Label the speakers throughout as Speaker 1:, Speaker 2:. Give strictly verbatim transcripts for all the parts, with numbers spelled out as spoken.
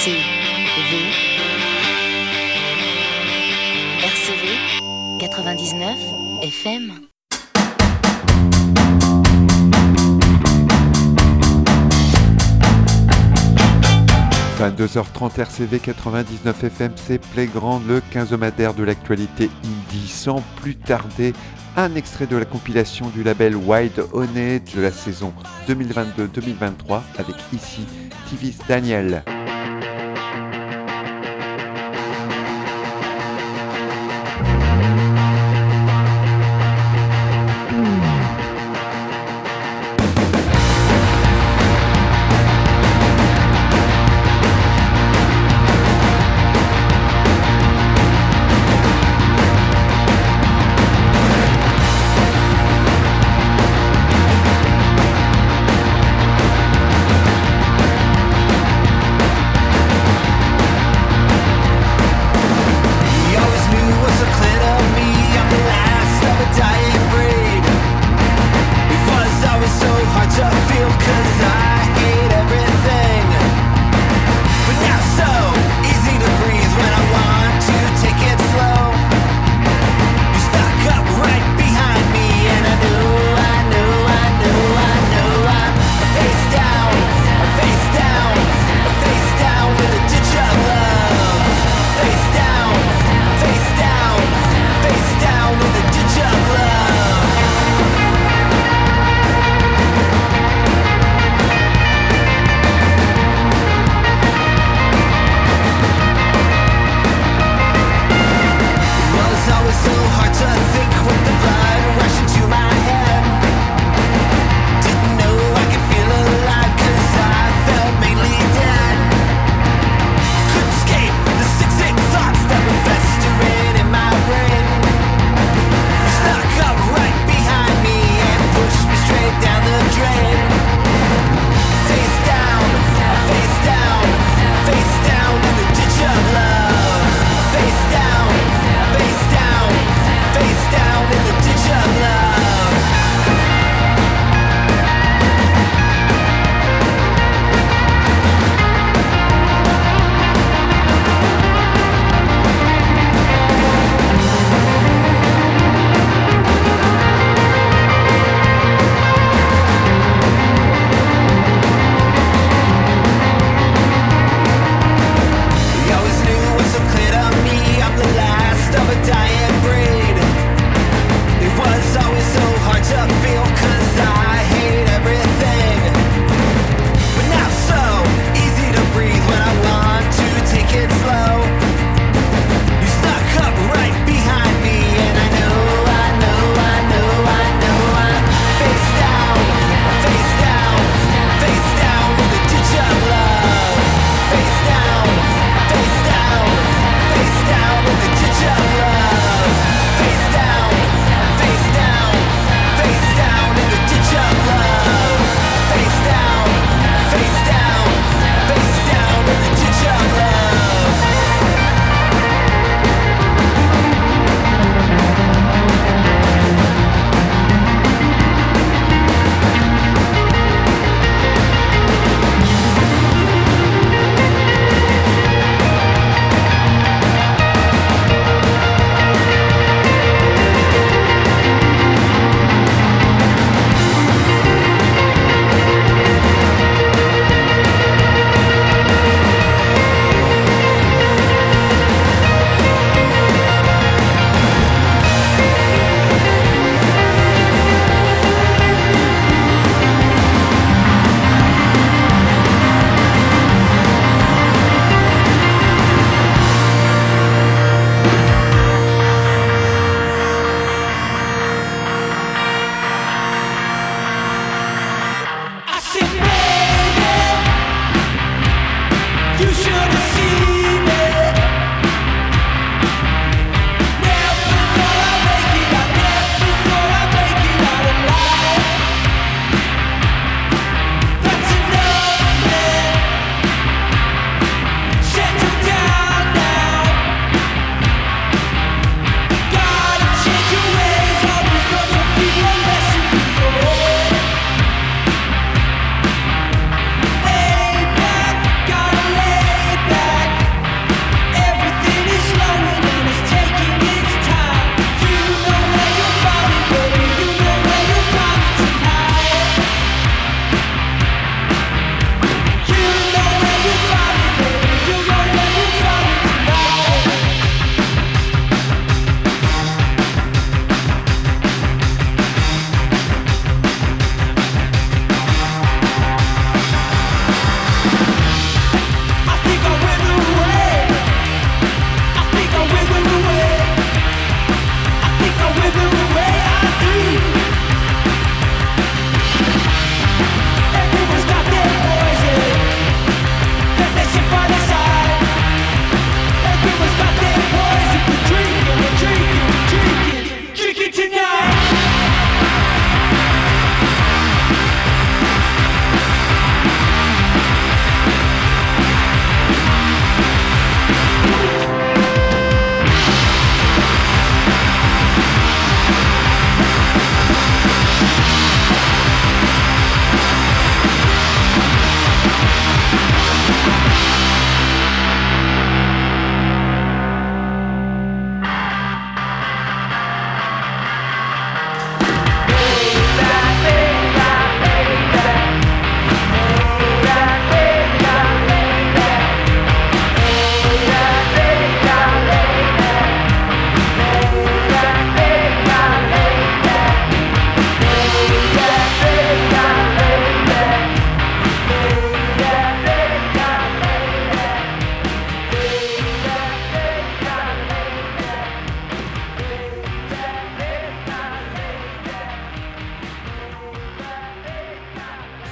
Speaker 1: C V R C V quatre-vingt-dix-neuf F M.
Speaker 2: vingt-deux heures trente R C V quatre-vingt-dix-neuf F M, c'est Playground, le quinzomadaire de l'actualité indie. Sans plus tarder, un extrait de la compilation du label Wild Honey de la saison deux mille vingt-deux deux mille vingt-trois avec ici Tivis Daniel.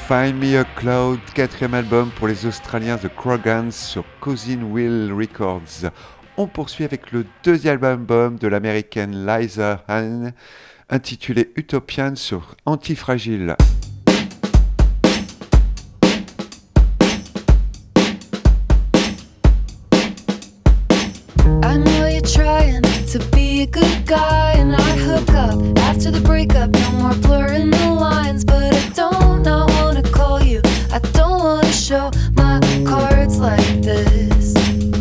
Speaker 2: Find Me a Cloud, quatrième album pour les Australiens The Krogans sur Cousin Will Records. On poursuit avec le deuxième album de l'américaine Liza Hahn, intitulé Utopian sur Antifragile.
Speaker 3: I know you're trying to be a good guy, and I hook up after the breakup. No more blurring the lines, but I don't not wanna call you. I don't wanna show my cards like this.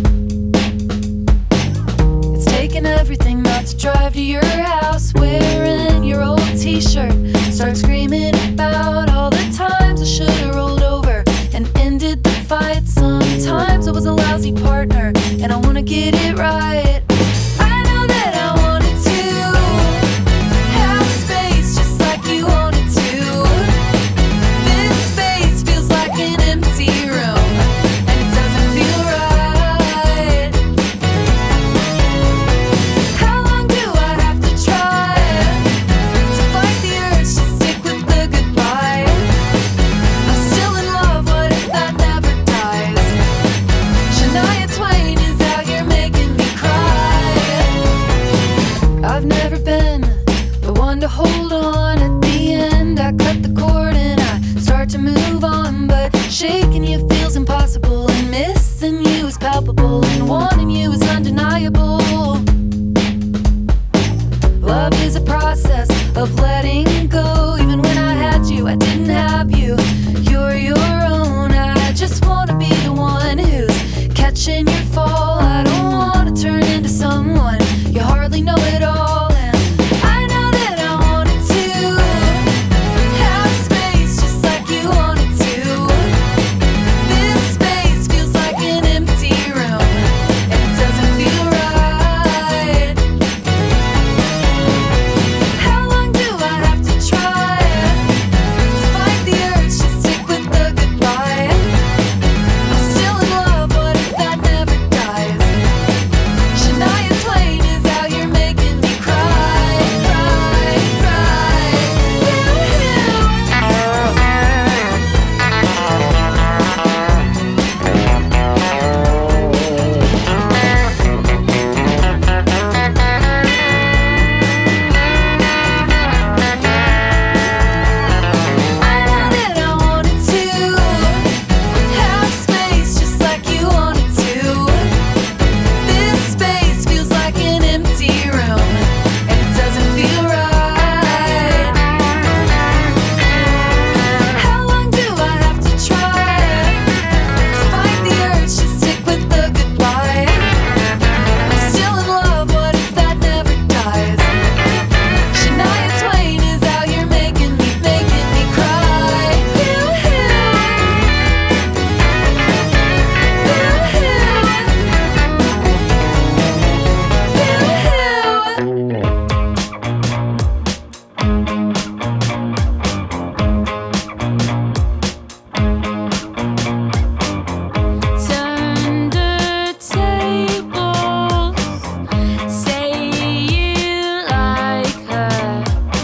Speaker 3: It's taking everything not to drive to your house wearing your old t-shirt. Start screaming about all the times I should've rolled over and ended the fight. Sometimes I was a lousy partner, and I wanna get it right. I know that I wanted to have space just like you wanted to. This space feels like an empty room, and it doesn't feel right. How long do I have to try to fight the urge to stick with the goodbye? I'm still in love, what if that never dies? Shania Twain is out here making me cry. I've never been the one to hold on at the end. I cut the cord and I start to move on, but shaking you feels impossible, and missing you is palpable, and wanting you is undeniable. Love is a process of letting go. Even when I had you, I didn't have you. You're your own. I just wanna be the one who's catching your fall. I don't wanna turn into someone you hardly know at all. And I know that I wanted to have space just like you wanted to. This space feels like an empty room, and it doesn't feel right. How long do I have to try to fight the urge to stick with the goodbye? I'm still in love, what if that never dies? Shania Twain is out here making me cry, cry, cry. I know that I wanted to have space just like you wanted to. This space feels like an empty room, and it doesn't feel right. How long do I have to try to fight the urge to stick with the goodbye? I'm still in love, what if that never dies? Shania Twain is out here making me, making me cry. Turn the tables, say you like her.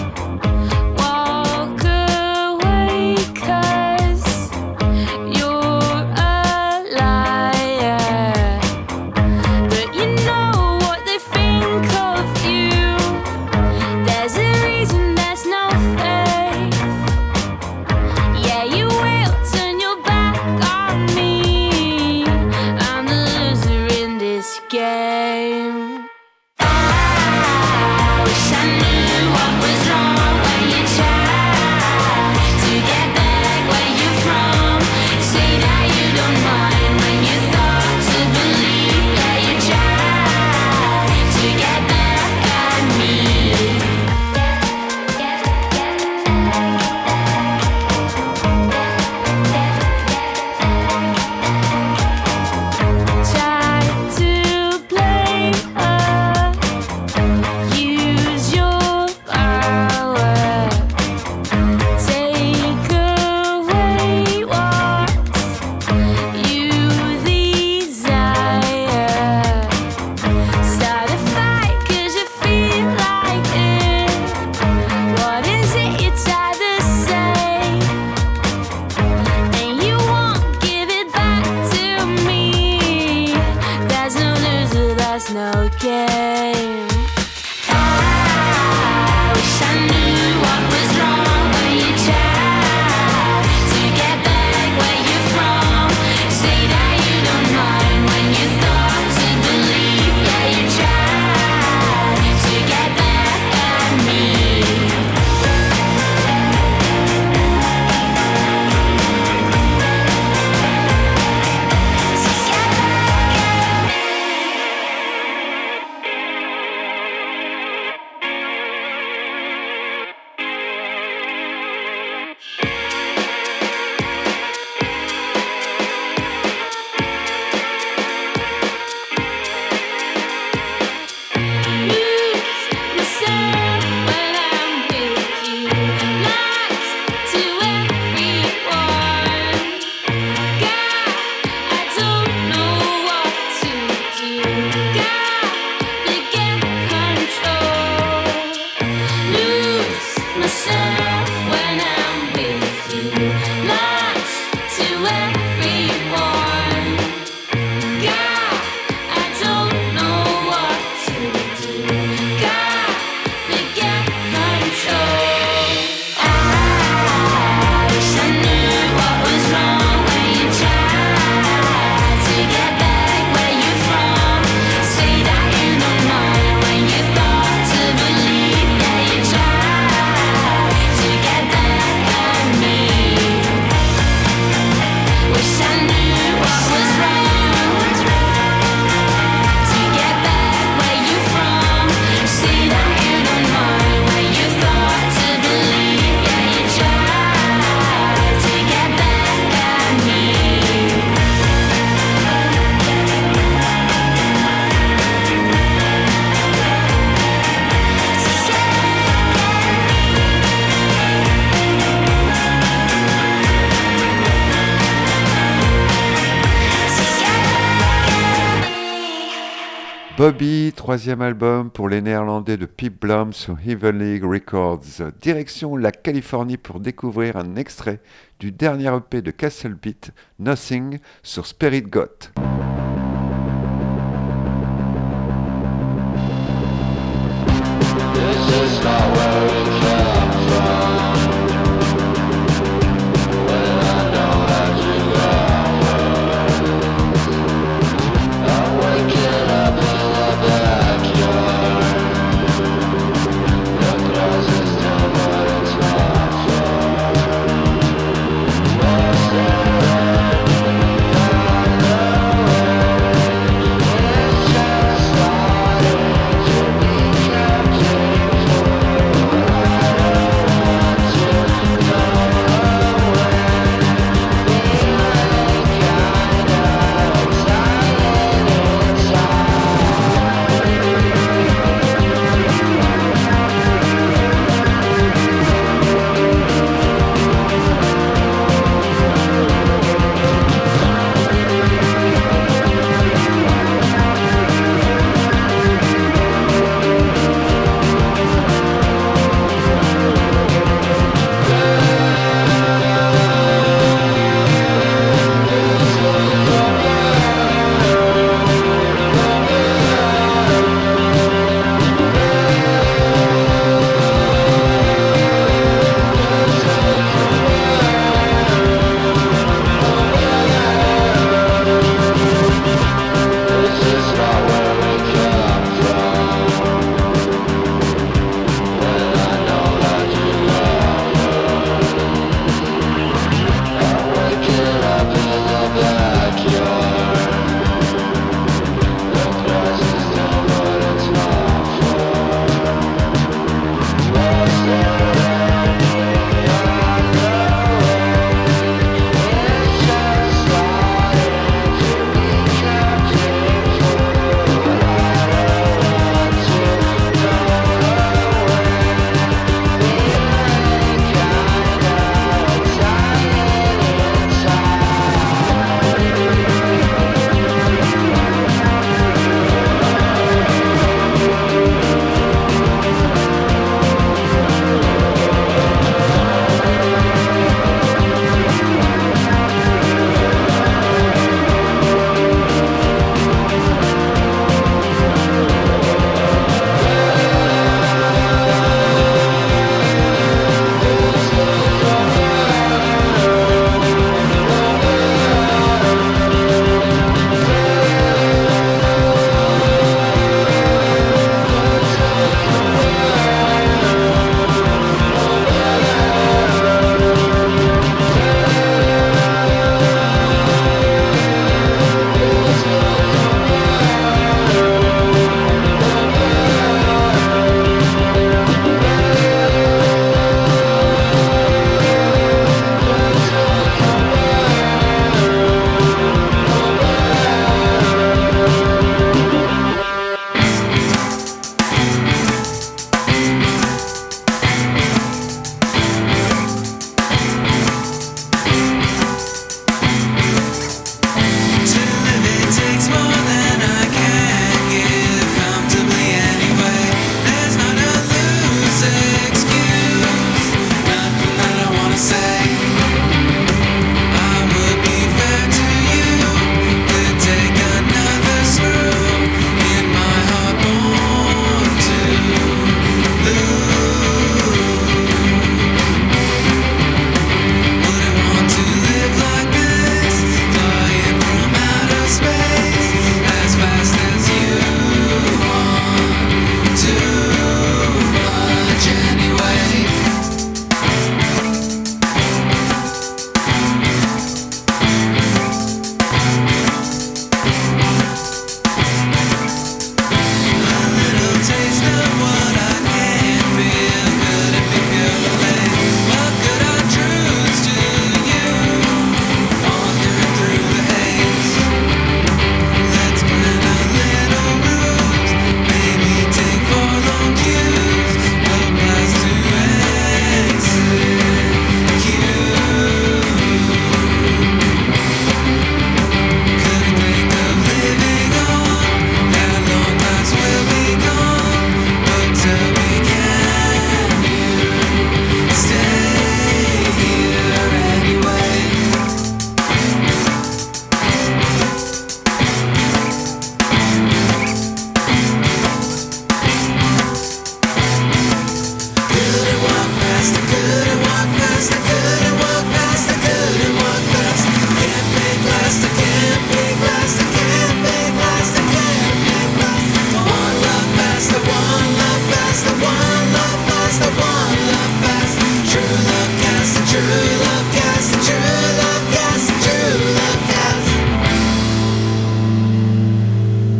Speaker 3: Walk away 'cause you're a liar. But you know what they think of you. There's a reason there's no faith. Yeah, you will turn your back on me. I'm the loser in this game. I wish I knew what was wrong when you tried to get back where you're from. Say that you don't mind when you thought to believe that you tried to get back at me. Try to play her, use your power, take away what you the no game. I wish I knew what was wrong when you tried to get back where you're from. Say that you don't mind when you thought to believe. Yeah, you tried to get back at me.
Speaker 2: Bobby, troisième album pour les Néerlandais de Pip Blom sur Heavenly Records. Direction la Californie pour découvrir un extrait du dernier E P de Castle Beat, Nothing, sur Spirit God.
Speaker 3: Oh,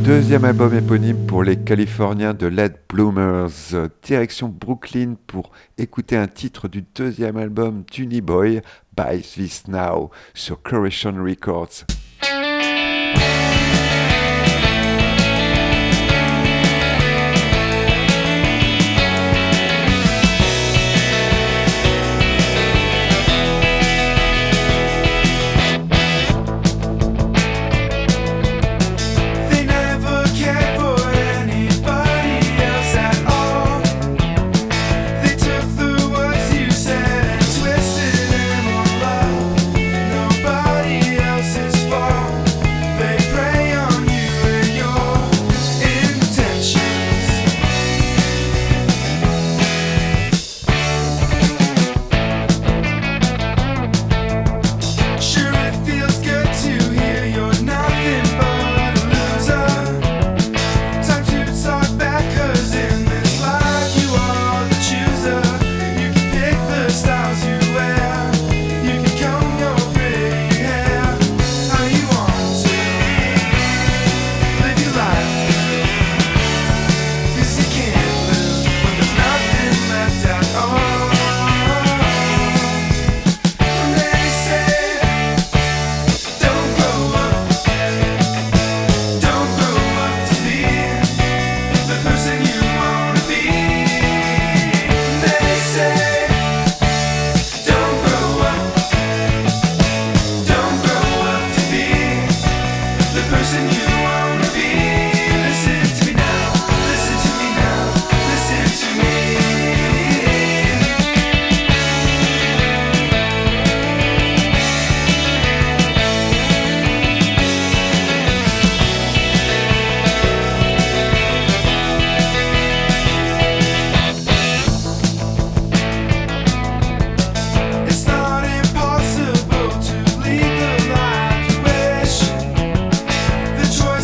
Speaker 2: Deuxième album éponyme pour les Californiens de Lead Bloomers. Direction Brooklyn pour écouter un titre du deuxième album d'Uni Boy, Buy This Now, sur Correction Records.
Speaker 4: The choice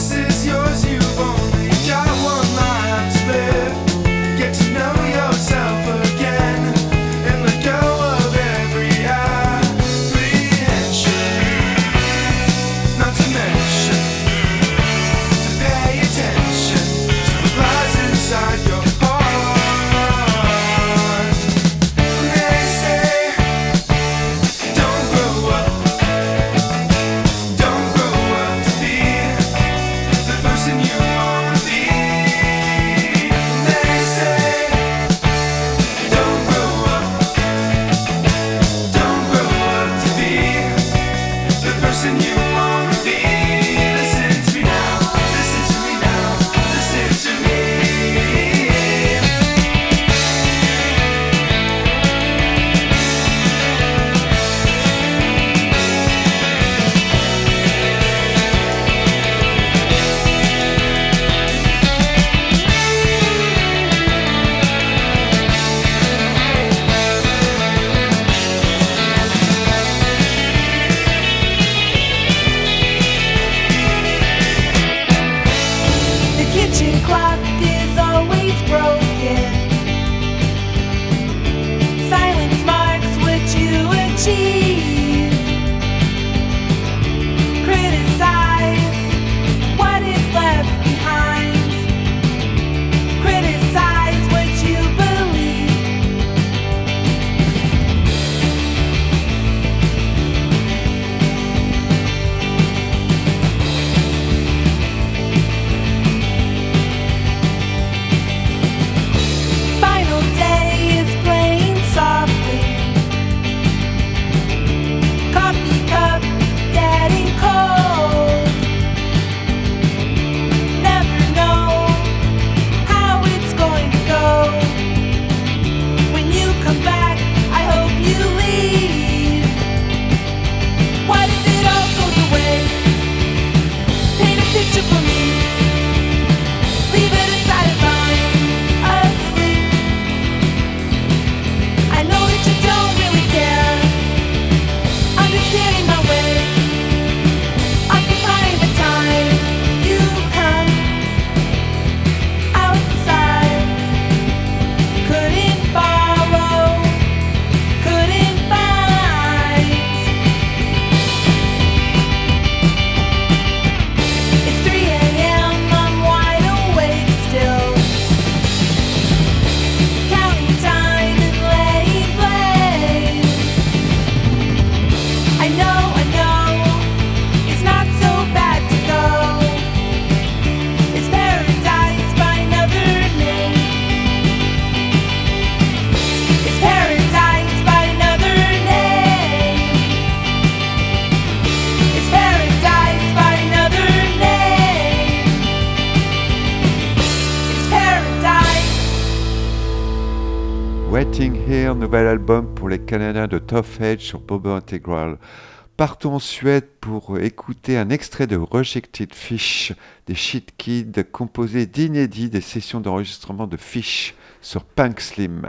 Speaker 2: Sitting Here, nouvel album pour les Canadiens de Tough Edge sur Bobo Integral. Partons en Suède pour écouter un extrait de Rejected Fish des Shit Kids, composé d'inédits des sessions d'enregistrement de Fish sur Punk Slim.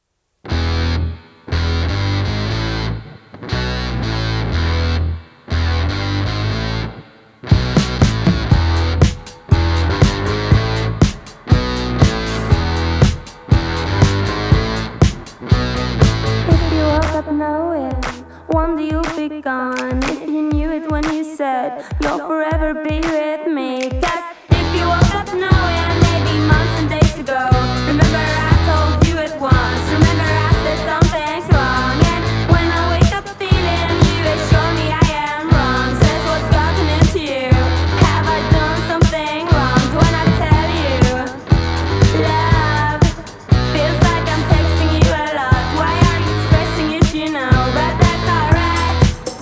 Speaker 4: One day you'll be gone. If you knew it when you said you'll forever be with me. Cause if you woke up knowing maybe months and days ago, remember I told you it once. Remember I said something's wrong. And when I wake up feeling you assure me I am wrong. Says what's gotten into you. Have I done something wrong? When I tell you love feels like I'm texting you a lot. Why are you expressing it, you know? But that's alright.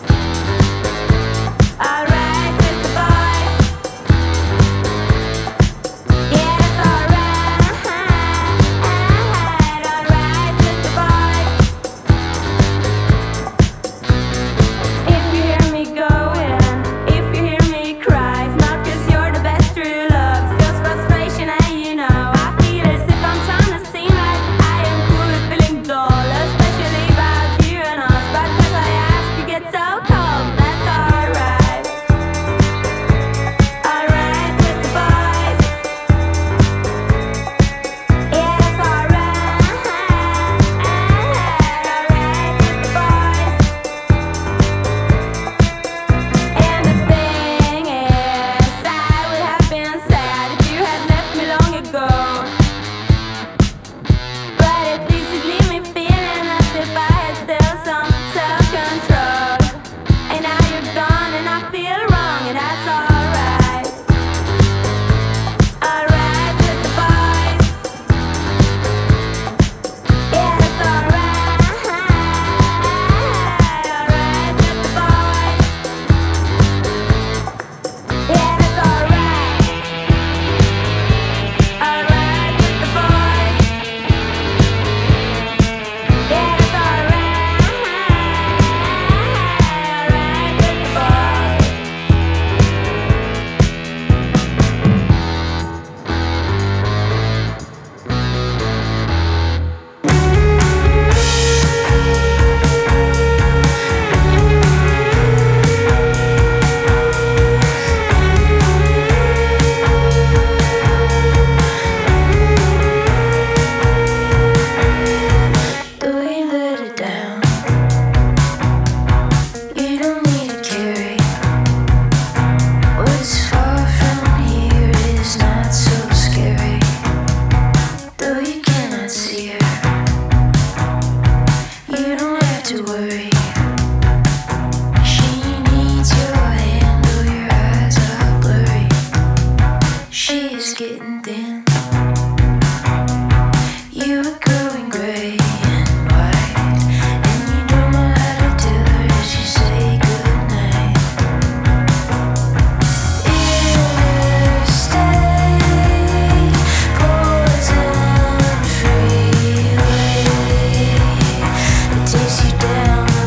Speaker 4: Alright with the boys. Yeah, that's alright. Alright with the boys. If you hear me going, if you hear me cry, it's not 'cause you're the best true love. It's just frustration and you know I feel as if I'm trying to seem like I am cool and feeling dull, especially about you and us. But 'cause I ask you get so cold, that's alright. Alright with the boys. Yeah, that's alright. Alright with the boys. And the thing is, I would have been sad if you had left me long ago. But at least it leave me feeling as if I had still some self-control. And now you're gone and I feel wrong, and that's alright. Alright with the boys. Yeah, that's alright. Alright with the boys. Yeah, that's alright. Alright with the boys. Yeah, that's alright. Alright with the boys. Do we let it down? You don't need to carry. What's far from here is not so scary. Though you cannot see her, you don't have to worry. She needs your hand, though your eyes are blurry. She is getting thin. You are growing gray and white, and you don't know how to tell her as you say goodnight. Interstate, poison freeway, it takes you down the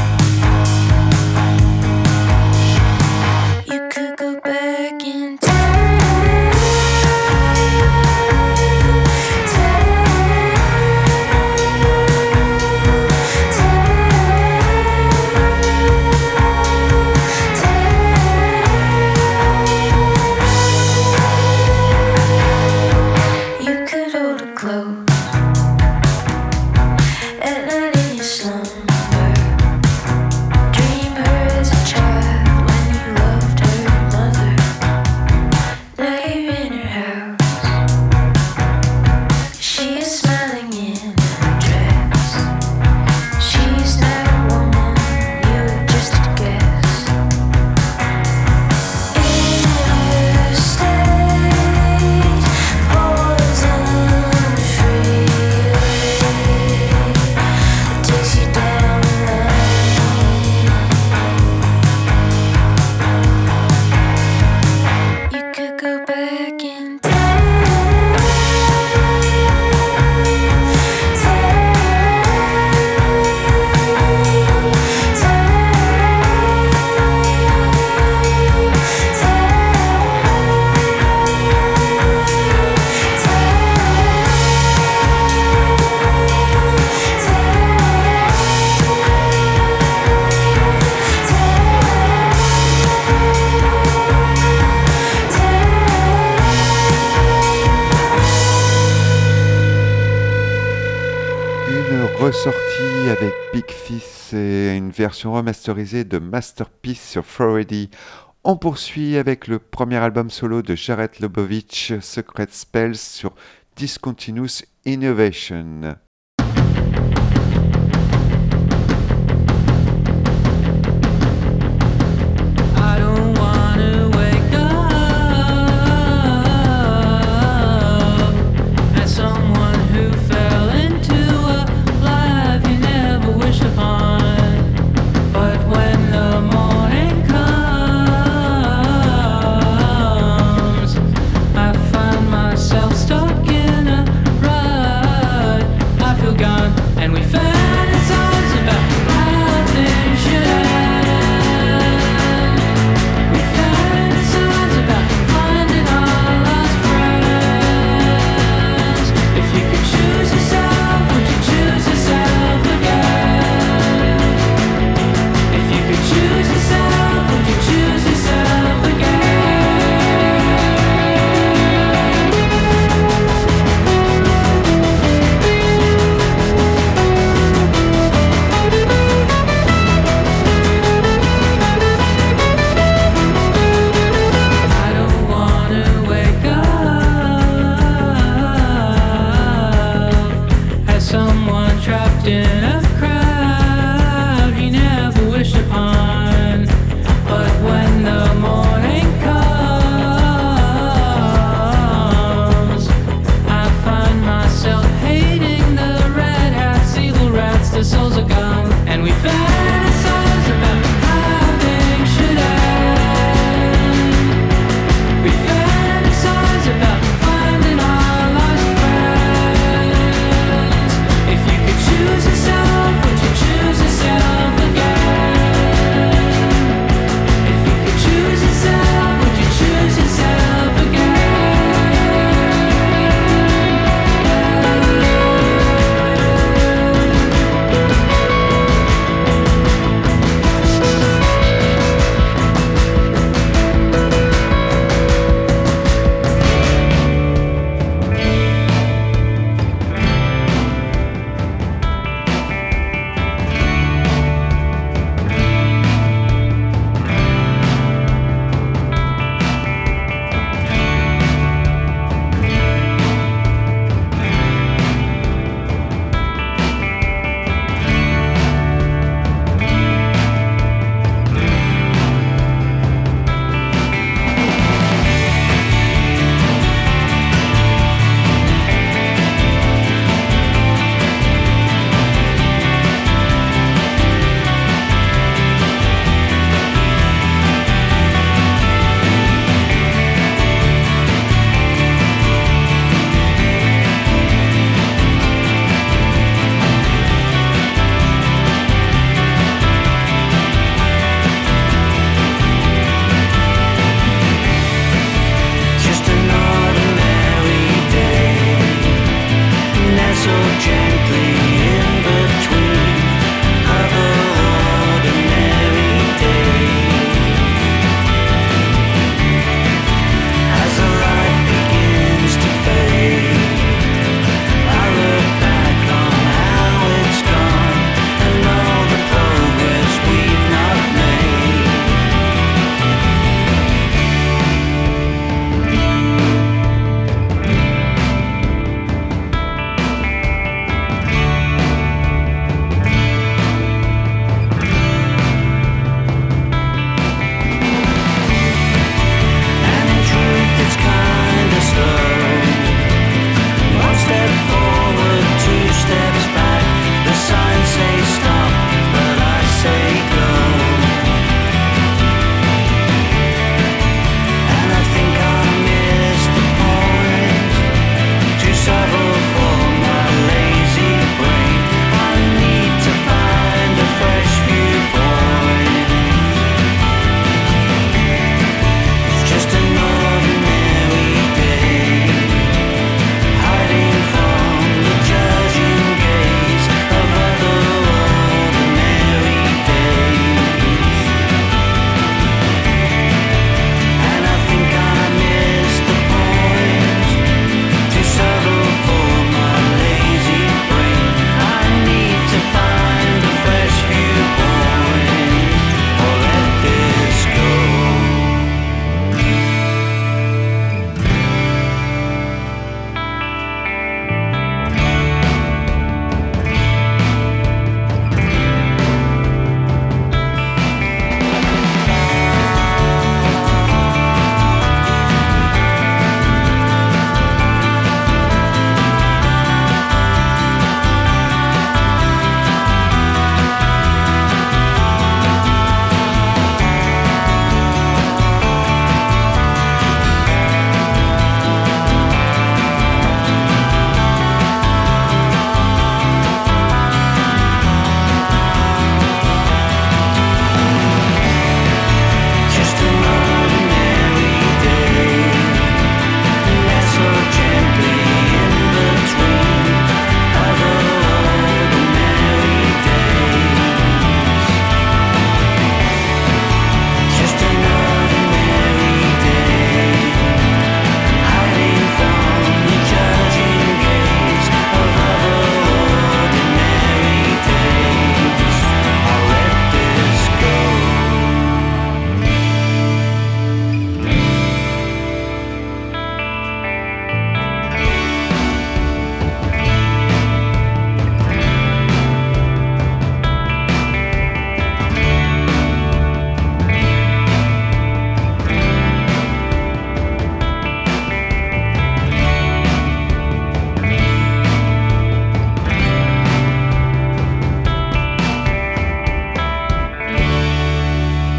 Speaker 4: line. You could go back in time.
Speaker 2: ressorti avec Big Fizz et une version remasterisée de Masterpiece sur Floredy. On poursuit avec le premier album solo de Jared Lubowicz, Secret Spells sur Discontinuous Innovation.
Speaker 5: Stuck in a rut.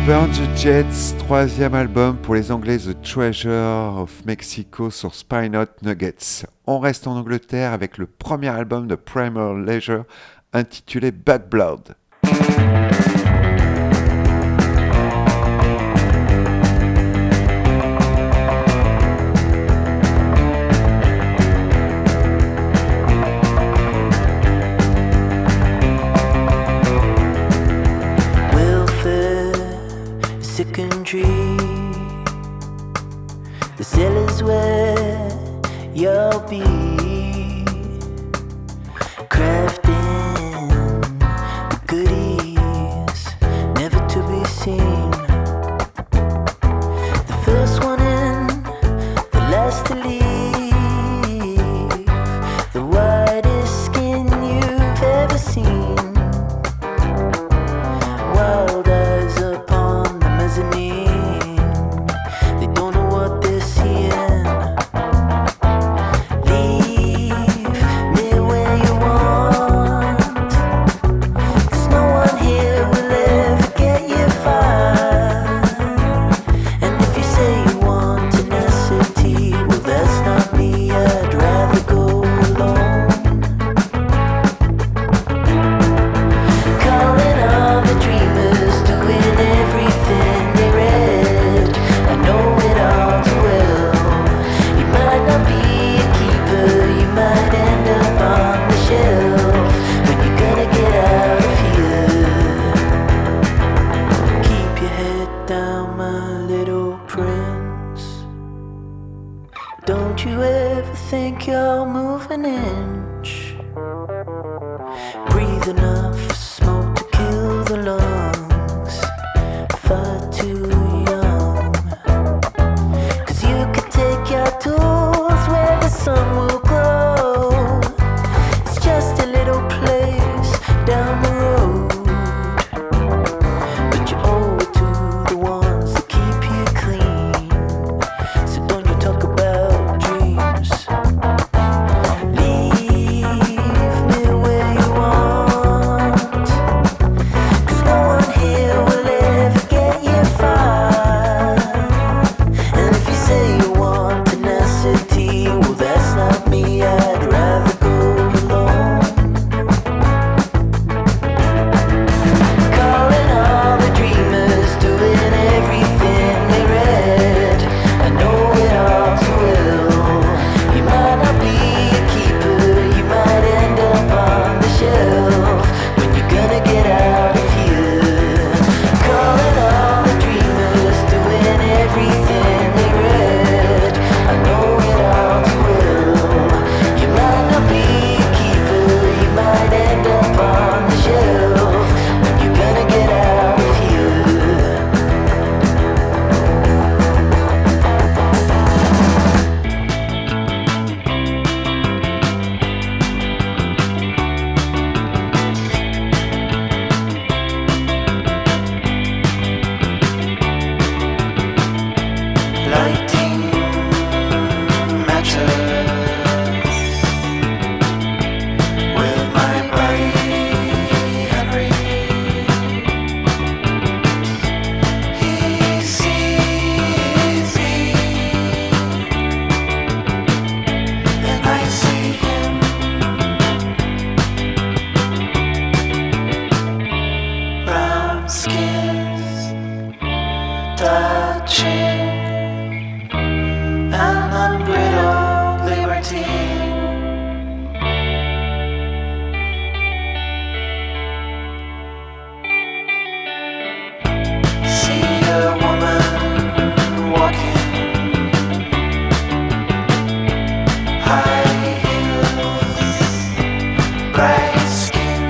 Speaker 2: Burn the Jets, troisième album pour les Anglais, The Treasure of Mexico sur Spinot Nuggets. On reste en Angleterre avec le premier album de Primal Leisure intitulé Bad Blood.
Speaker 5: Secondary, the cellar's where you'll be, crafting the goodies never to be seen. The first one in, the last to leave, the whitest skin you've ever seen. Wild eyes upon the mezzanine, they don't know what they're seeing. Leave me where you want, 'cause no one here will ever get you far. And if you say you want tenacity, well that's not me, I'd rather go alone. Calling all the dreamers, doing everything they read. I know it all too well. You might not be a keeper, you might end up on the shelf. When you're gonna get out of here, keep your head down, my little prince. Don't you ever think you'll move an inch. Breathe enough smoke to kill the lungs. Far too young, 'cause you could take your tools where the sun will glow. It's just a little place down the road, but you owe it to the ones that keep you clean. So don't you talk about dreams. Leave me where you want, 'cause no one here will ever get you far. And if you say you want tenacity, well that's not me, I'd rather go alone. Calling all the dreamers, doing everything they read. I know it all too well. You might not be a keeper, you might end up on the shelf. When you're gonna get out of here, calling all the dreamers, doing everything they read. I know it all too well. You might not be a keeper, you might end up on the shelf. When you're gonna get out of here. Lighting matches with my body Henry. He sees me and I see him. Brown skins touching an unbridled liberty. See a woman walking, high heels, bright skin.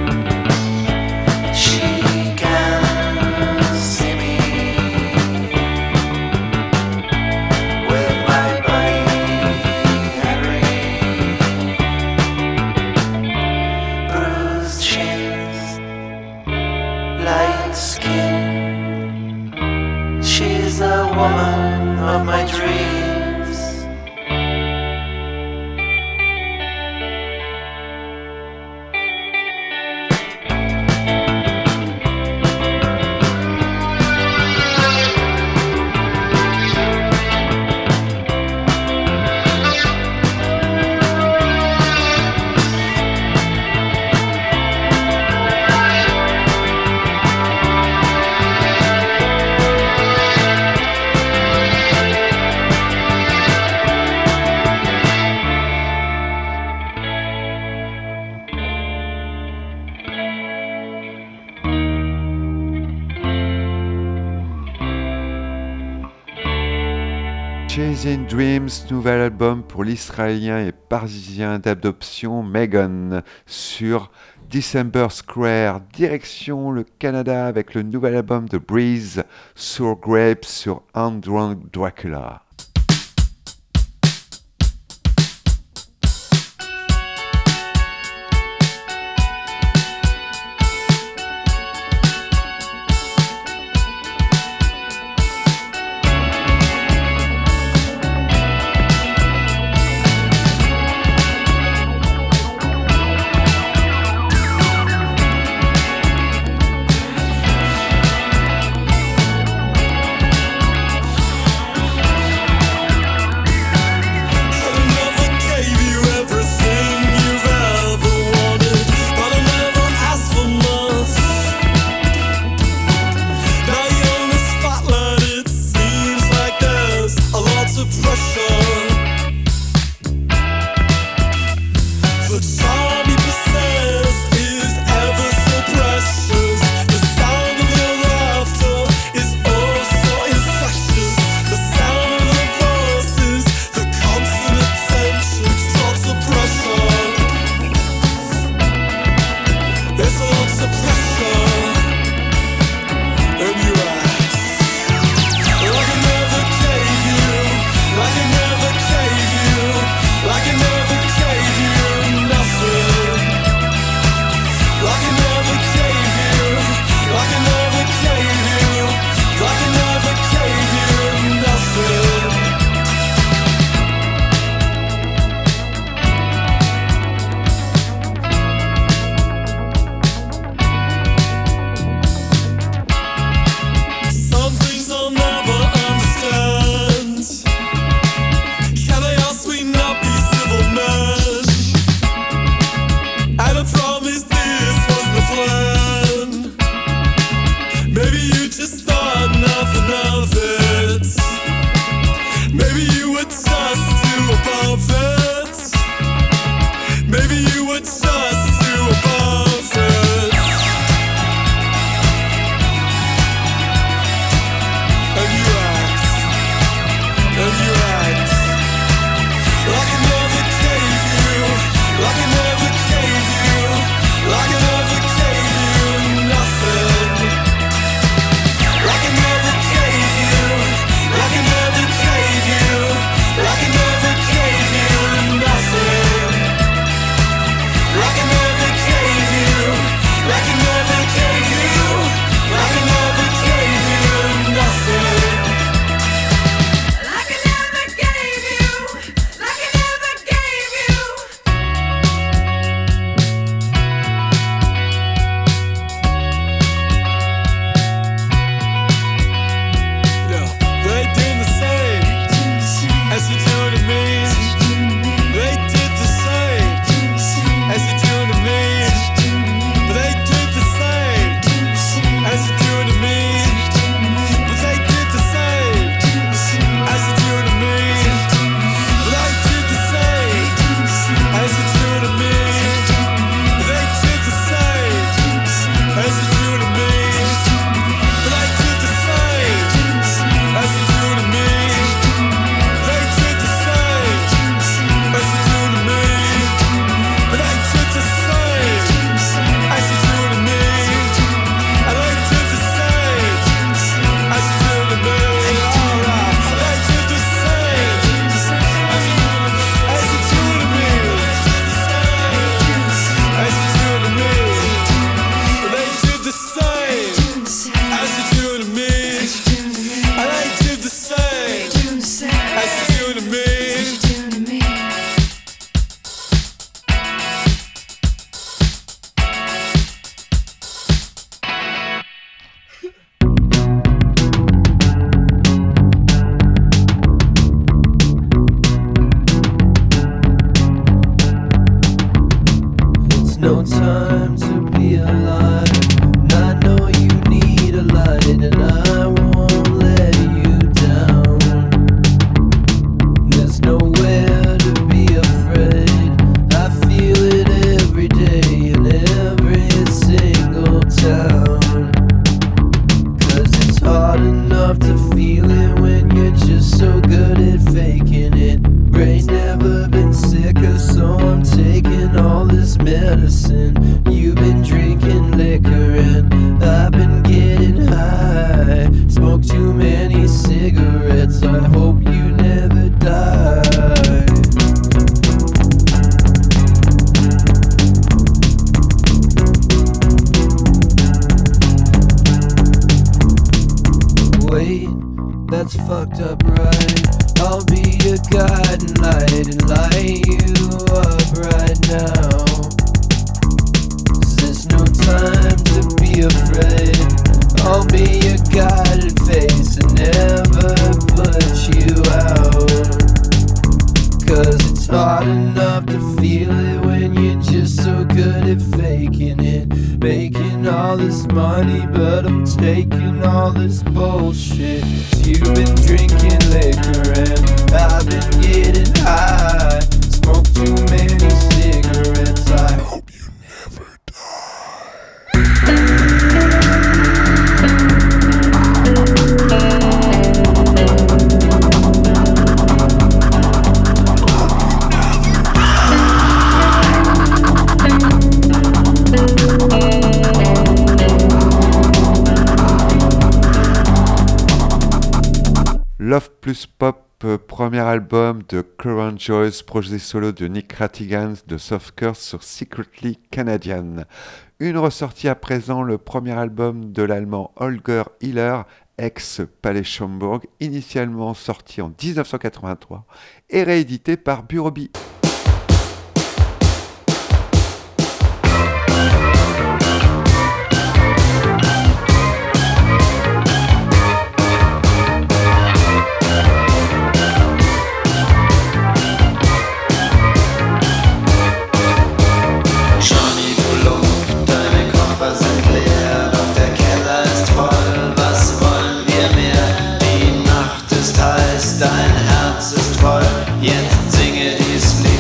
Speaker 5: She can see me with my body Henry. Bruised shins, light skin. She's the woman of my dreams.
Speaker 2: Chasing Dreams, nouvel album pour l'Israélien et Parisien d'adoption Megan sur December Square, direction le Canada avec le nouvel album de Breeze, Sour Grapes sur Undrunk Dracula.
Speaker 6: enough to feel it when you're just so good at medicine. You've been drinking liquor and I've been getting high. Smoke too many cigarettes, I hope you never die. Wait, that's fucked up, right? I'll be your guiding light and light you up right now. 'Cause there's no time to be afraid. I'll be your guiding face and never put you out. 'Cause it's hard enough to feel it when you're just so good at faking it. Making all this money, but I'm taking all this bullshit. You've been drinking liquor and I've been getting high. Smoke too many cigarettes, I hope you never
Speaker 2: Love plus Pop, euh, premier album de Current Joys, projet solo de Nick Rattigan de Soft Curse sur Secretly Canadian. Une ressortie à présent, le premier album de l'allemand Holger Hiller, ex-Palais Schaumburg, initialement sorti en dix-neuf cent quatre-vingt-trois et réédité par Bureau-B.
Speaker 7: Dein Herz ist voll, jetzt singe dies Lied.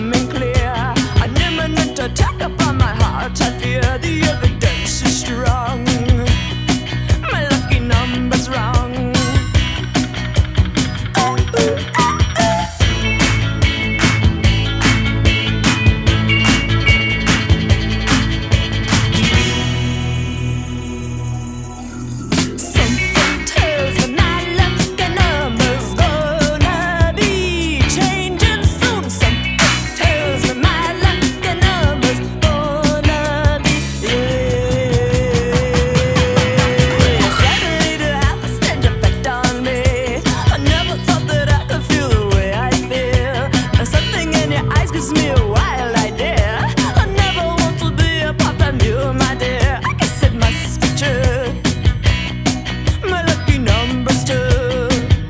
Speaker 7: becoming clear. An imminent attack upon my heart, I fear. The evidence is strong. My lucky number's wrong. Oh, ooh, ah, ah. Something tells me my lucky number's gonna be changing soon. Something tells me my lucky number's gonna be, yeah. Suddenly to have a strange effect on me. I never thought that I could feel the way I feel. And something in your eyes gives me a wild idea. I never want to be apart from you, my dear. I guess it must be true. My lucky number's two.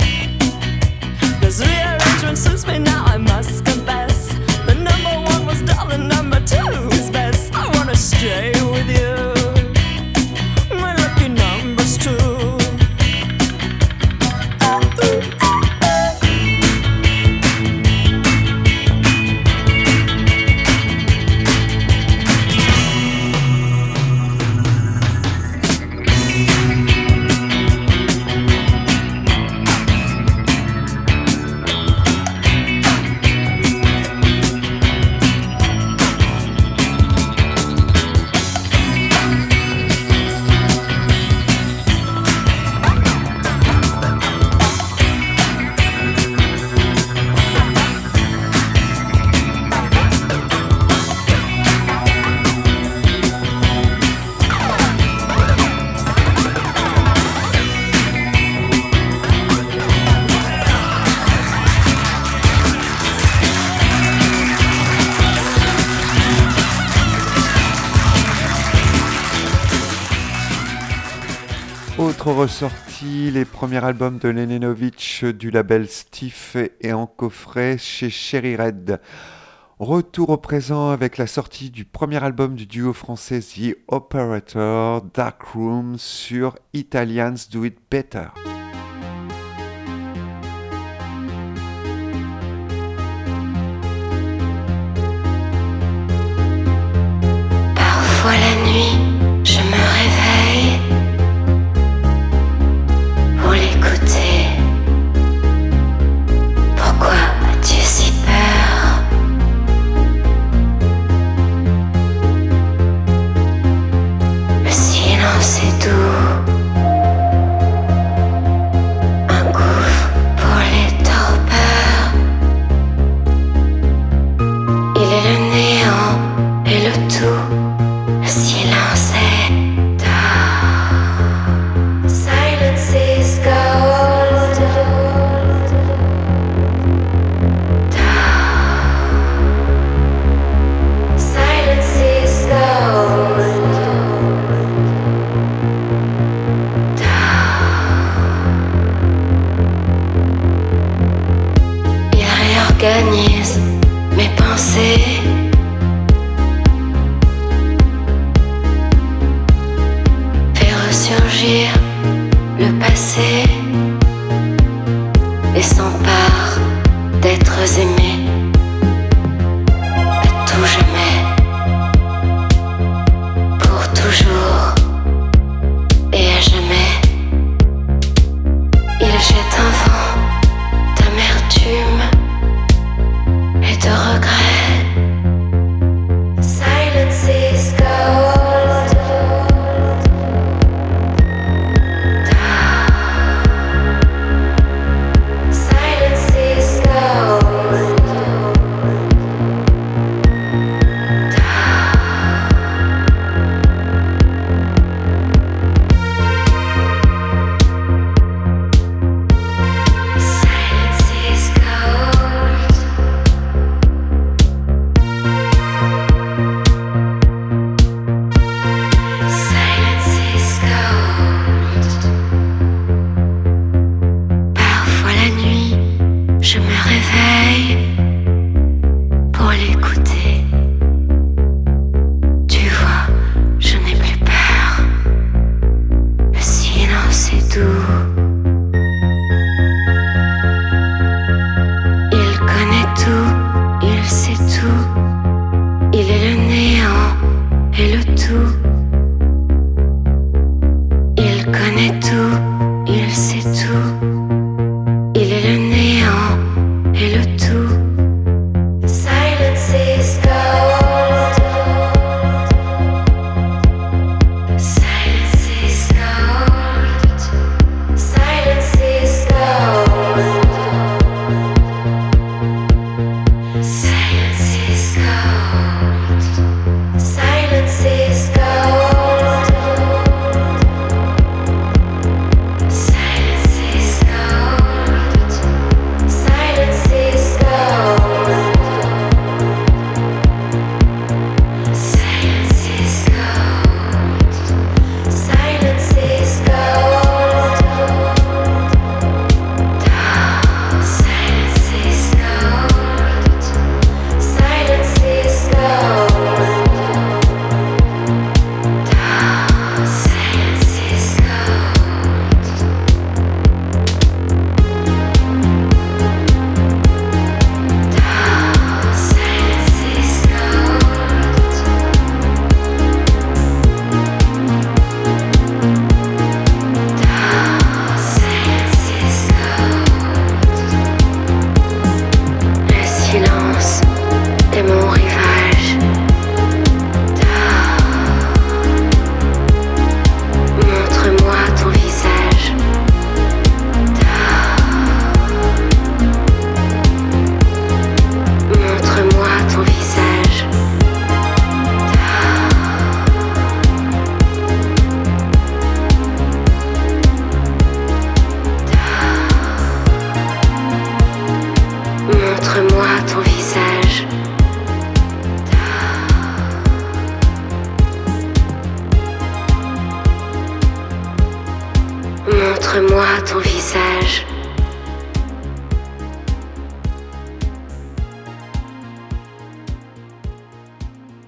Speaker 7: This rearrangement suits me now, I must confess. The number one was dull and number two is best. I wanna stay with you. My lucky number's two. Oh, ooh, ah, ah.
Speaker 2: Autre ressortie, les premiers albums de Lenenovitch du label Stiff et en coffret chez Cherry Red. Retour au présent avec la sortie du premier album du duo français The Operator, Dark Room, sur Italians Do It Better.
Speaker 8: Parfois la nuit, je me réveille pour l'écouter. Pourquoi as-tu si peur? Le silence est doux, un gouffre pour les torpeurs. Il est le néant et le tout. Le silence est dark. Silence is gold. Dark. Silence is gold. Dark. Il réorganise mes pensées. Surgir le passé et s'empare d'êtres aimés à tout jamais, pour toujours et à jamais. Il jette un vent d'amertume et de regret. Silence is gold. Il connaît tout, il sait tout.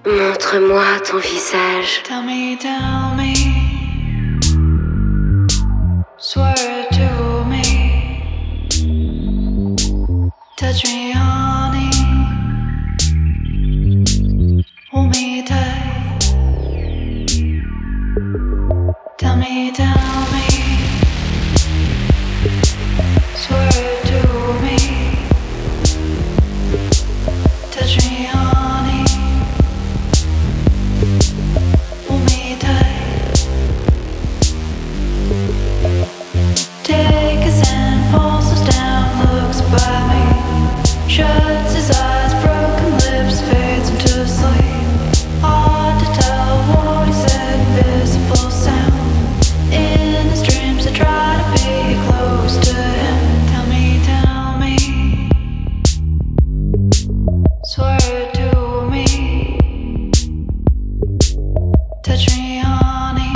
Speaker 8: Montre-moi ton visage.
Speaker 7: Tell me, tell me, swear it to me, touch me, honey, hold me tight. Tell me, tell me, swear it to me, touch me, honey, hold me tight. Take his hand, pulls us down, looks by me, shuts his eyes, broken lips, fades into sleep. Hard to tell what he said, invisible sound. In his dreams I try to be close to him. Tell me, tell me, swear it to me, touch me, honey,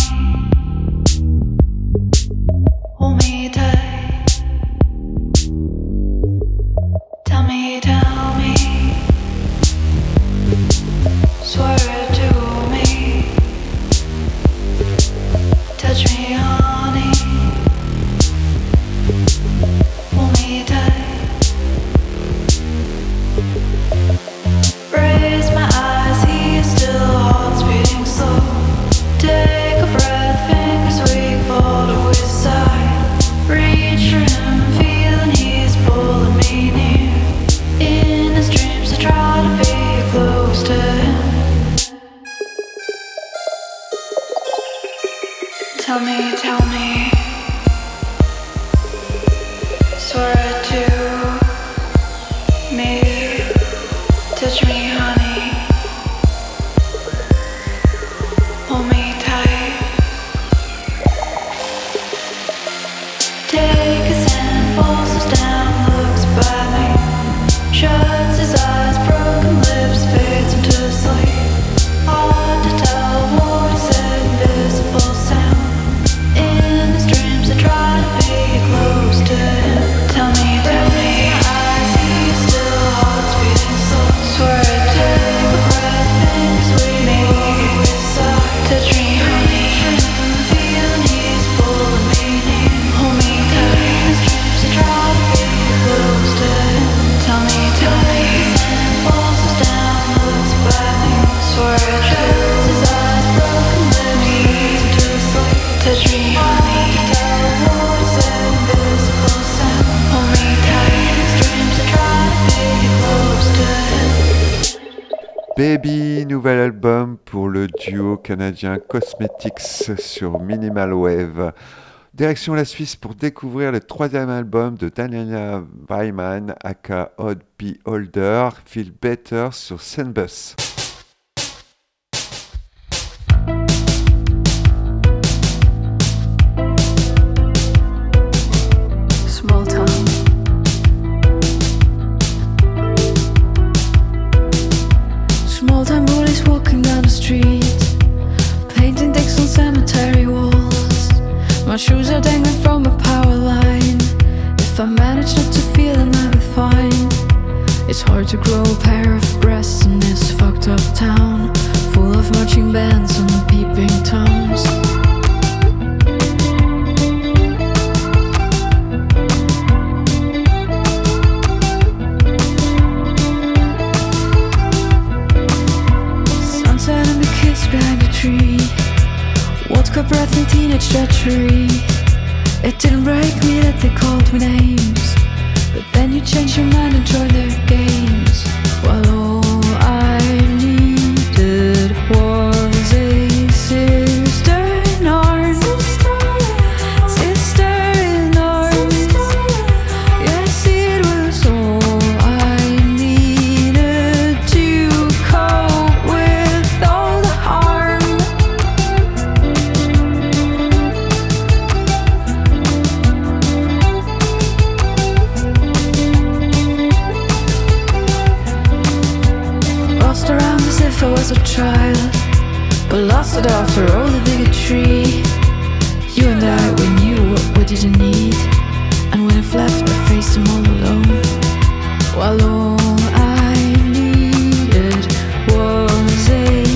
Speaker 7: hold me tight. Tell me, tell me, swear it to me, touch me, honey, hold me tight. Raise my eyes, he is still heart's beating slow. Take a breath, fingers weak, fall to his side. Reach for him, feeling he's pulling me near. In his dreams I try to be close to him. Tell me, tell me, swear it to me, touch me, honey, hold me tight. Take his hand, pulls us down, looks by me, shuts his eyes, broken lips, fades into sleep. Hard to tell what he said, invisible sound. In his dreams I try to be close to him. Tell me, tell me, eyes, he's still heart's beating slow. Swear it, take a breath, fingers weak, maybe his side. Touch me, honey, feeling he's pulling me near. Hold me tight, in his dreams I try to be close to him. Tell me, tell me, his hand pulls us down, looks by me. Swear it, shuts his eyes, broken lips, fades into sleep. Touch me, honey, tell what he said, invisible sound. Hold me tight, in his dreams I try to be close to him.
Speaker 2: Baby, nouvel album pour le duo canadien Cosmetics sur Minimal Wave. Direction la Suisse pour découvrir le troisième album de Daniela Weimann, aka Odd Beholder, Feel Better sur Senbus.
Speaker 9: Small town. Small town bullies walking down the street, painting dicks on cemetery walls. My shoes are dangling from a power line. If I manage not to feel, then I'll be fine. It's hard to grow a pair of breasts in this fucked up town, full of marching bands and peeping toms. Sunset and the kiss behind a tree, vodka breath and teenage treachery. It didn't break me that they called me names, but then you changed your mind and joined their games. Well, all I needed was a sister in arms. Sister in arms. Yes, it was all I needed to cope with all the harm. Lost around as if I was a child, but lost it after all the bigotry. You and I, we knew what we didn't need, and when I've left, I faced them all alone. While all I needed was a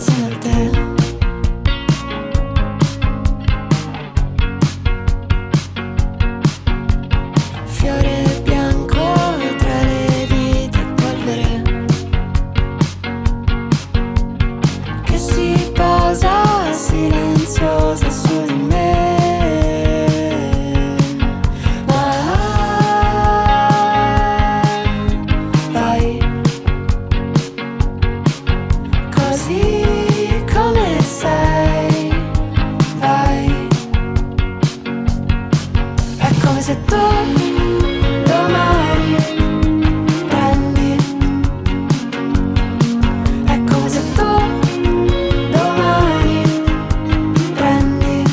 Speaker 9: insieme a te. Fiore bianco tra le dita e polvere che si posa silenziosa su di me. Se tu domani prendi, è come se tu domani prendi,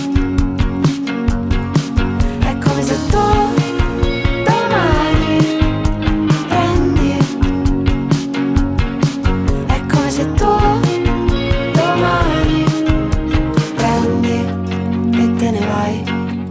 Speaker 9: è come se tu domani prendi, è come se tu domani prendi e te ne vai.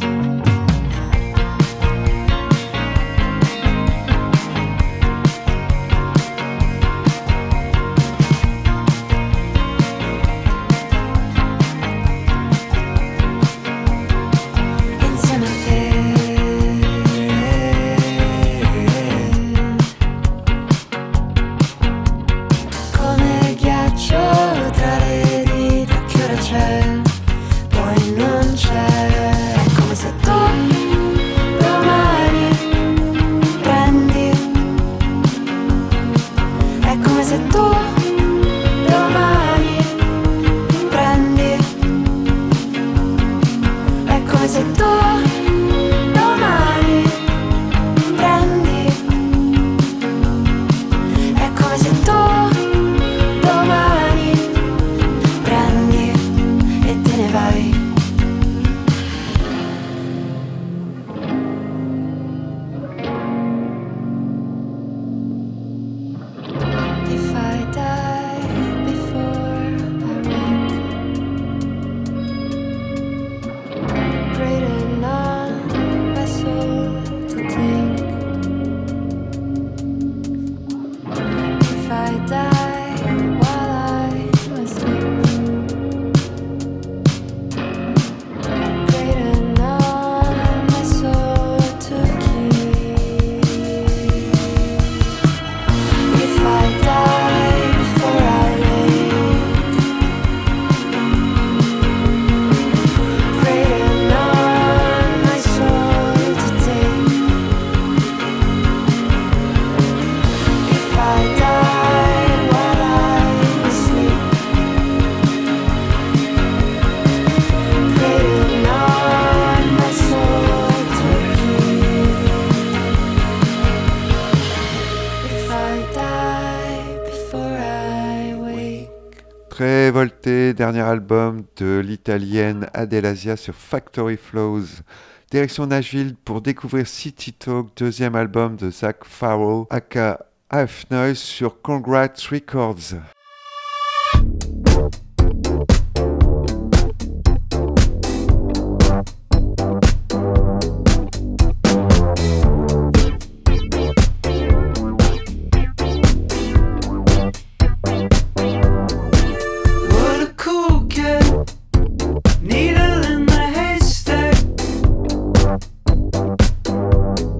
Speaker 2: Révolté, dernier album de l'italienne Adelasia sur Factory Flows. Direction Nashville pour découvrir City Talk, deuxième album de Zach Farrow, aka Half Noise sur Congrats Records.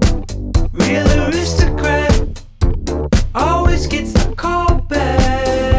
Speaker 10: Real aristocrat always gets the call back.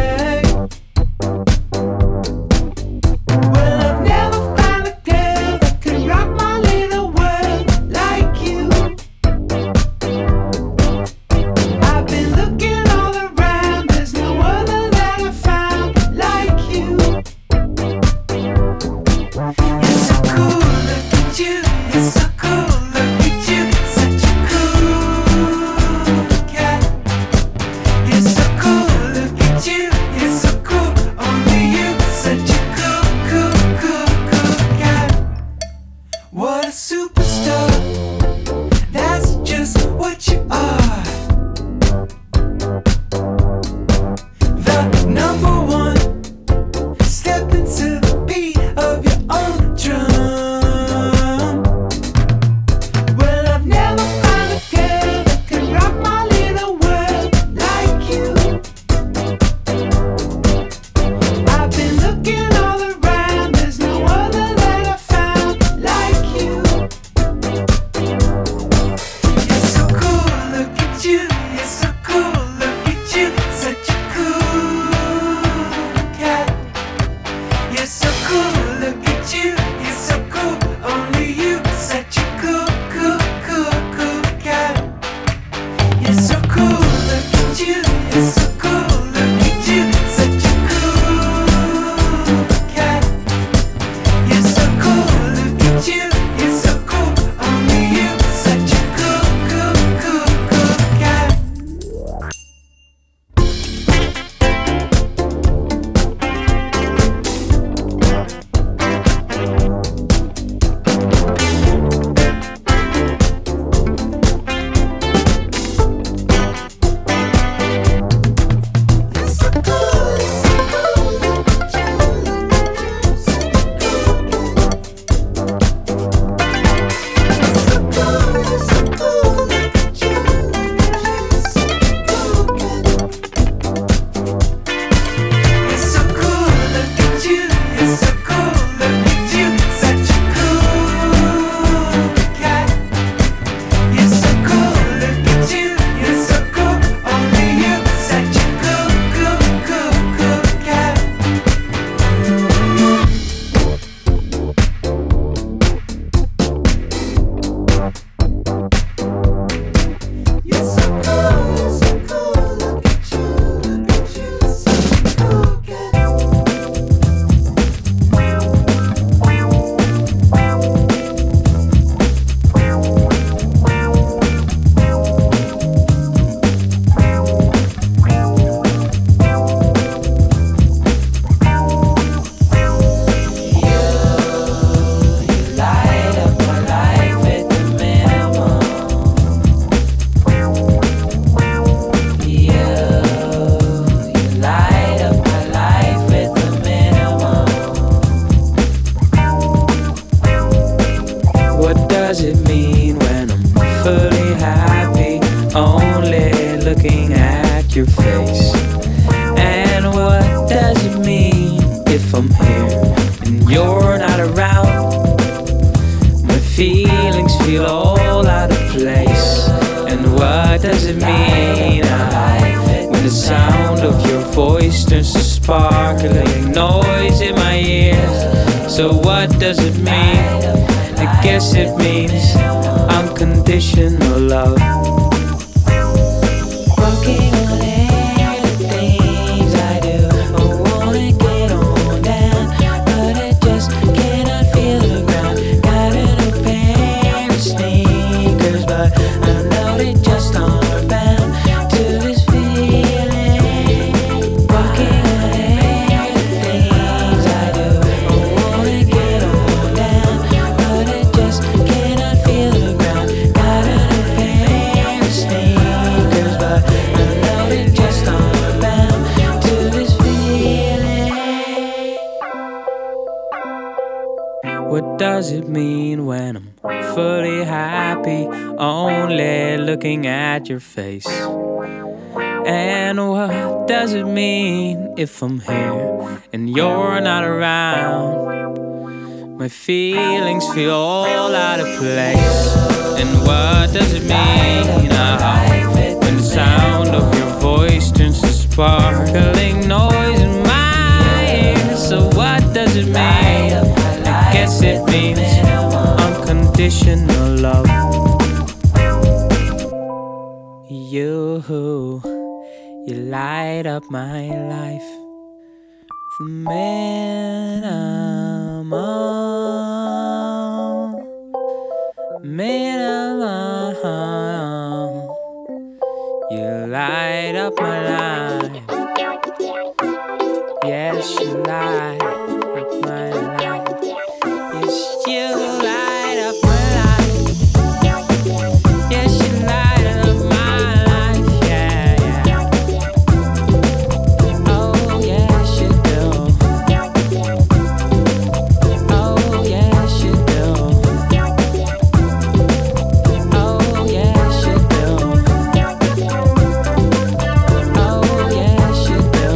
Speaker 10: sparkling noise in my ears. So what does it mean? I guess it means unconditional love. Walking on air, the things I do. I wanna get on down, but I just cannot feel the ground. Got a new pair of sneakers, but I know they just aren't bound to this feeling. Walking on air, the things I do. I wanna get on down, but I just cannot feel the ground. Got a new pair of sneakers, but I know they just aren't bound to this feeling. What does it mean when I'm fully happy, only looking at your face? And what does it mean if I'm here and you're not around? My feelings feel all out of place. And what does it mean uh, when the sound of your voice turns to sparkling noise in my ears? So what does it mean? I guess it means unconditional love. You, you light up my life. The man I'm on, man I'm on. You light up my life. Yes, you light up my life. Yes, you light up my life. Yes, you light up my life. Yeah, yeah. Oh, yes, you do. Oh, yes, you do. Oh, yes, you do. Oh, yes, you do.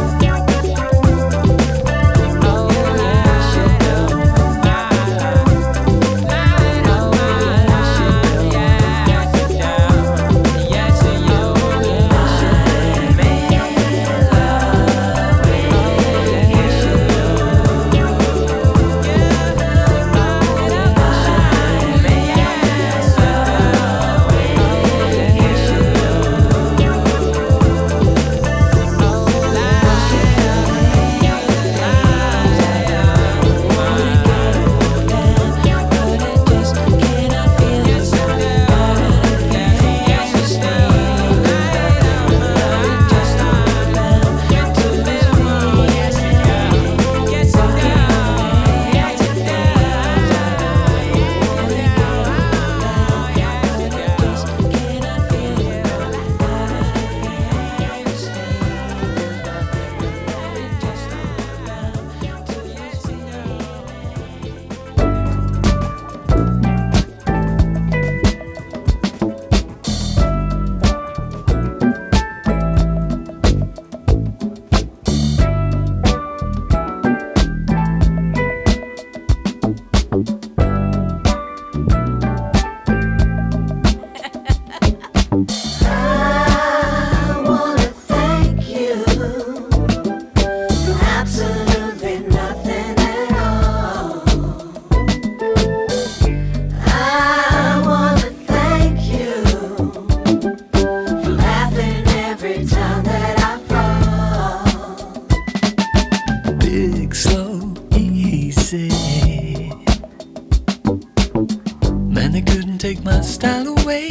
Speaker 6: take my style away,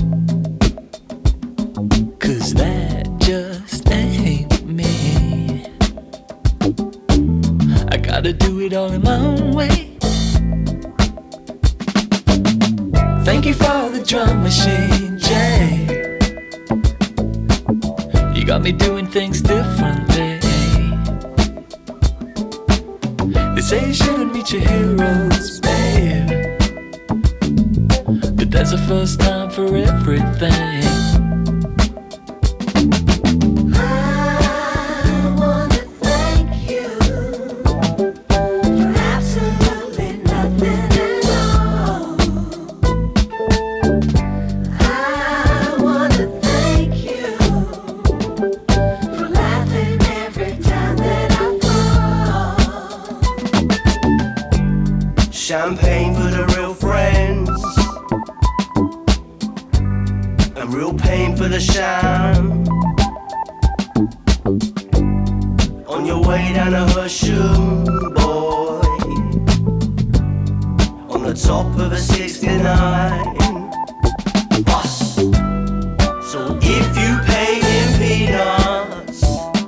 Speaker 6: 'cause that just ain't me. I gotta do it all in my own way. Thank you for the drum machine, Jay. You got me doing things differently. They say you shouldn't meet your heroes, babe, but there's a first time for everything.
Speaker 11: That champagne for the real friends, and real pain for the sham. On your way down to Hersham, boy, on the top of a sixty-nine bus. So if you pay in peanuts,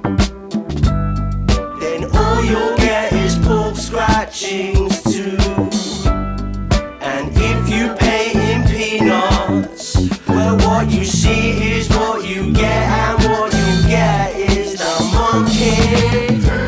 Speaker 11: then all you'll get is pork scratchings too. And if you pay in peanuts, well, what you see is what you get, and what you get is the monkey.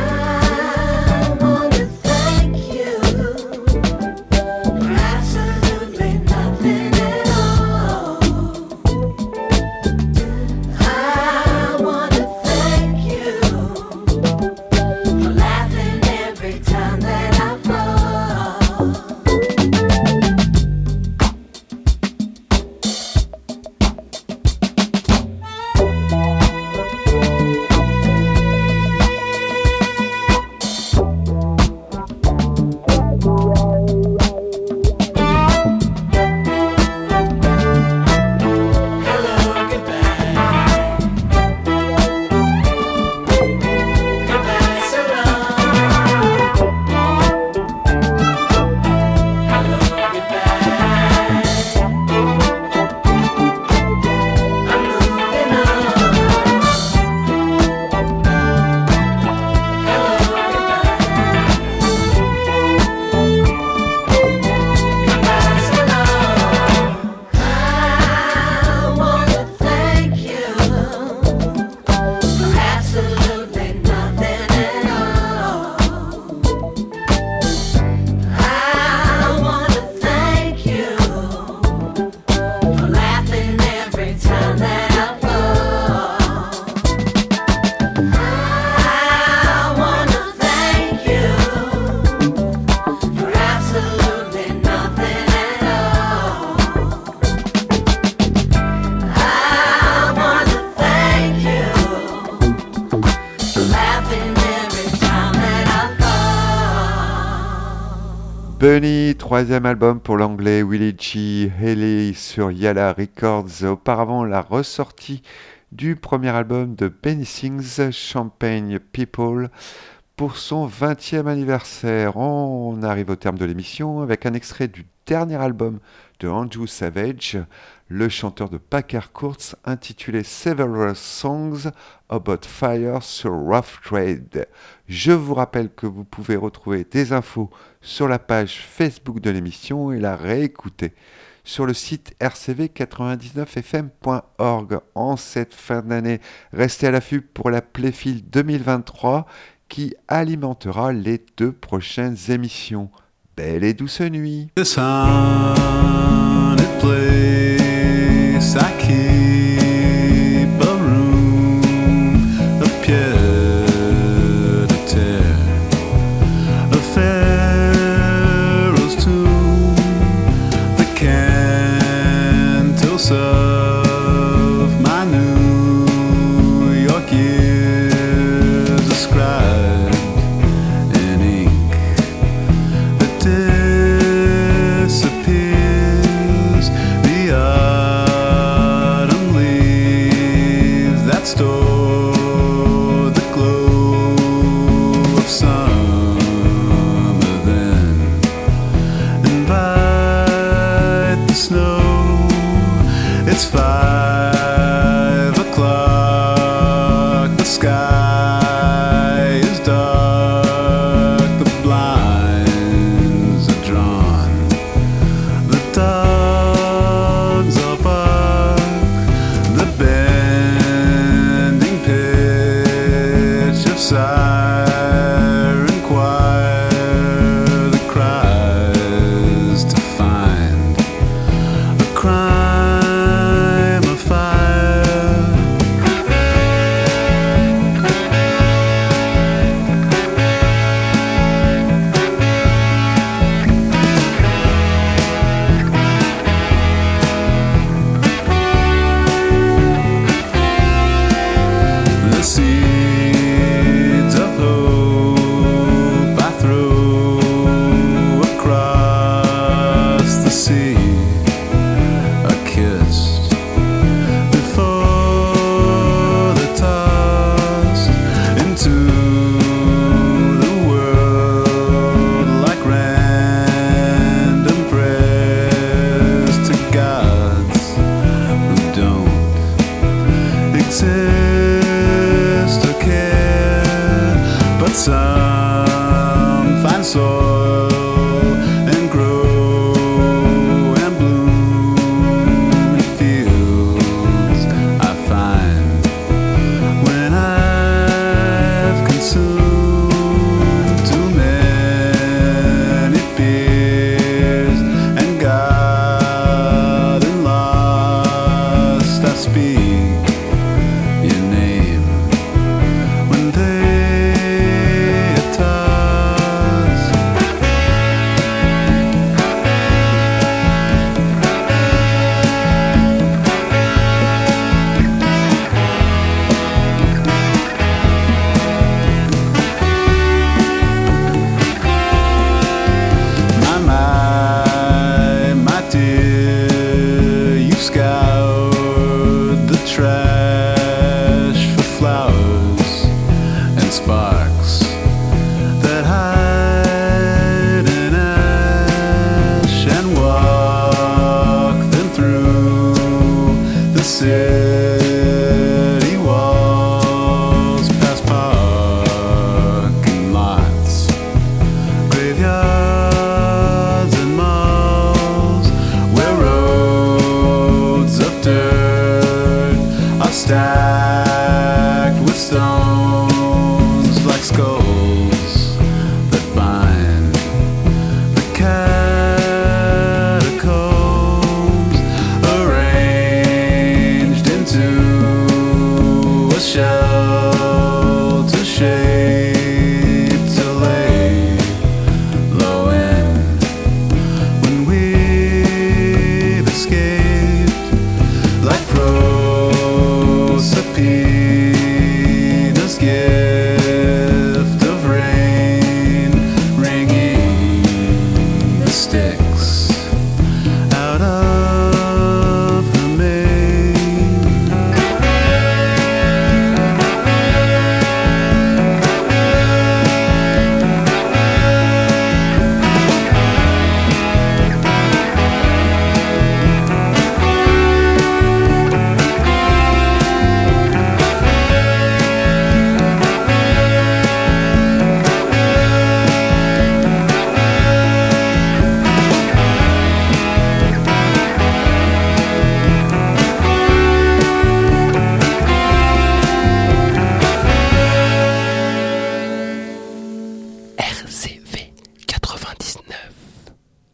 Speaker 2: Bunny, troisième album pour l'anglais Willie G. Haley sur Yala Records. Auparavant, la ressortie du premier album de Benny Sings, Champagne People, pour son vingtième anniversaire. On arrive au terme de l'émission avec un extrait du dernier album de Andrew Savage, le chanteur de Packer Courts, intitulé Several Songs About Fire sur Rough Trade. Je vous rappelle que vous pouvez retrouver des infos sur la page Facebook de l'émission et la réécouter sur le site r c v quatre-vingt-dix-neuf f m point org. En cette fin d'année, restez à l'affût pour la Playfield deux mille vingt-trois qui alimentera les deux prochaines émissions. Belle et douce nuit.
Speaker 12: This haunted place, I keep a room of pied à terre, a pharaoh's tomb, the cantos of my New York years ascribed in ink that disappears beyond and soil.